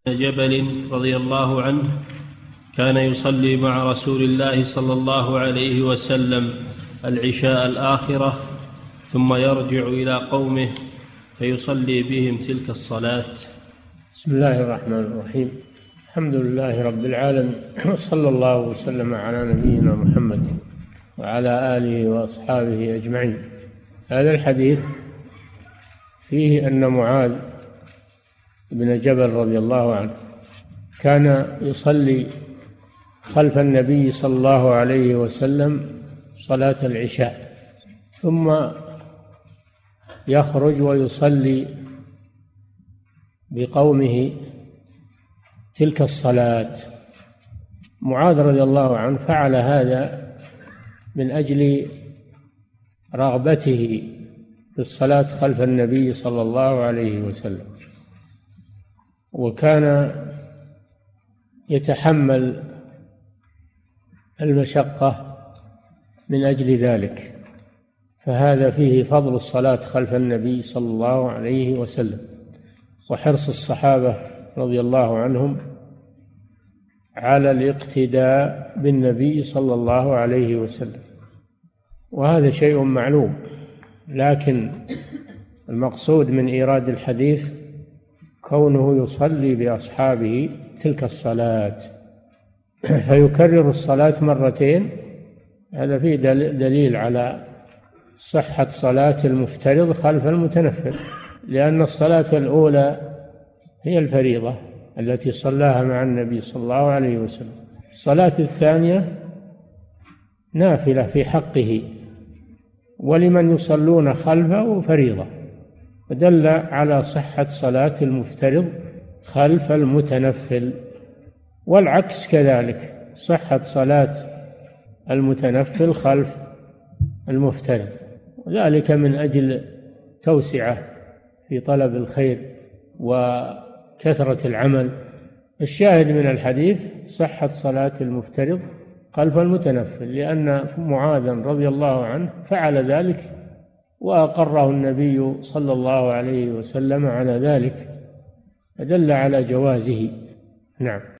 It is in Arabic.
جبل رضي الله عنه كان يصلي مع رسول الله صلى الله عليه وسلم العشاء الآخرة ثم يرجع إلى قومه فيصلي بهم تلك الصلاة. بسم الله الرحمن الرحيم. الحمد لله رب العالمين، وصلى الله وسلم على نبينا محمد وعلى آله وأصحابه أجمعين. هذا الحديث فيه أن معاذ بن جبل رضي الله عنه كان يصلي خلف النبي صلى الله عليه وسلم صلاة العشاء، ثم يخرج ويصلي بقومه تلك الصلاة. معاذ رضي الله عنه فعل هذا من أجل رغبته في الصلاة خلف النبي صلى الله عليه وسلم، وكان يتحمل المشقة من أجل ذلك، فهذا فيه فضل الصلاة خلف النبي صلى الله عليه وسلم وحرص الصحابة رضي الله عنهم على الاقتداء بالنبي صلى الله عليه وسلم، وهذا شيء معلوم. لكن المقصود من إيراد الحديث كونه يصلي بأصحابه تلك الصلاة، فيكرر الصلاة مرتين. هذا فيه دليل على صحة صلاة المفترض خلف المتنفل، لأن الصلاة الأولى هي الفريضة التي صلاها مع النبي صلى الله عليه وسلم، الصلاة الثانية نافلة في حقه، ولمن يصلون خلفه فريضة، ودل على صحة صلاة المفترض خلف المتنفل، والعكس كذلك، صحة صلاة المتنفل خلف المفترض، وذلك من أجل توسعة في طلب الخير وكثرة العمل. الشاهد من الحديث صحة صلاة المفترض خلف المتنفل، لأن معاذا رضي الله عنه فعل ذلك وأقره النبي صلى الله عليه وسلم على ذلك، فدل على جوازه. نعم.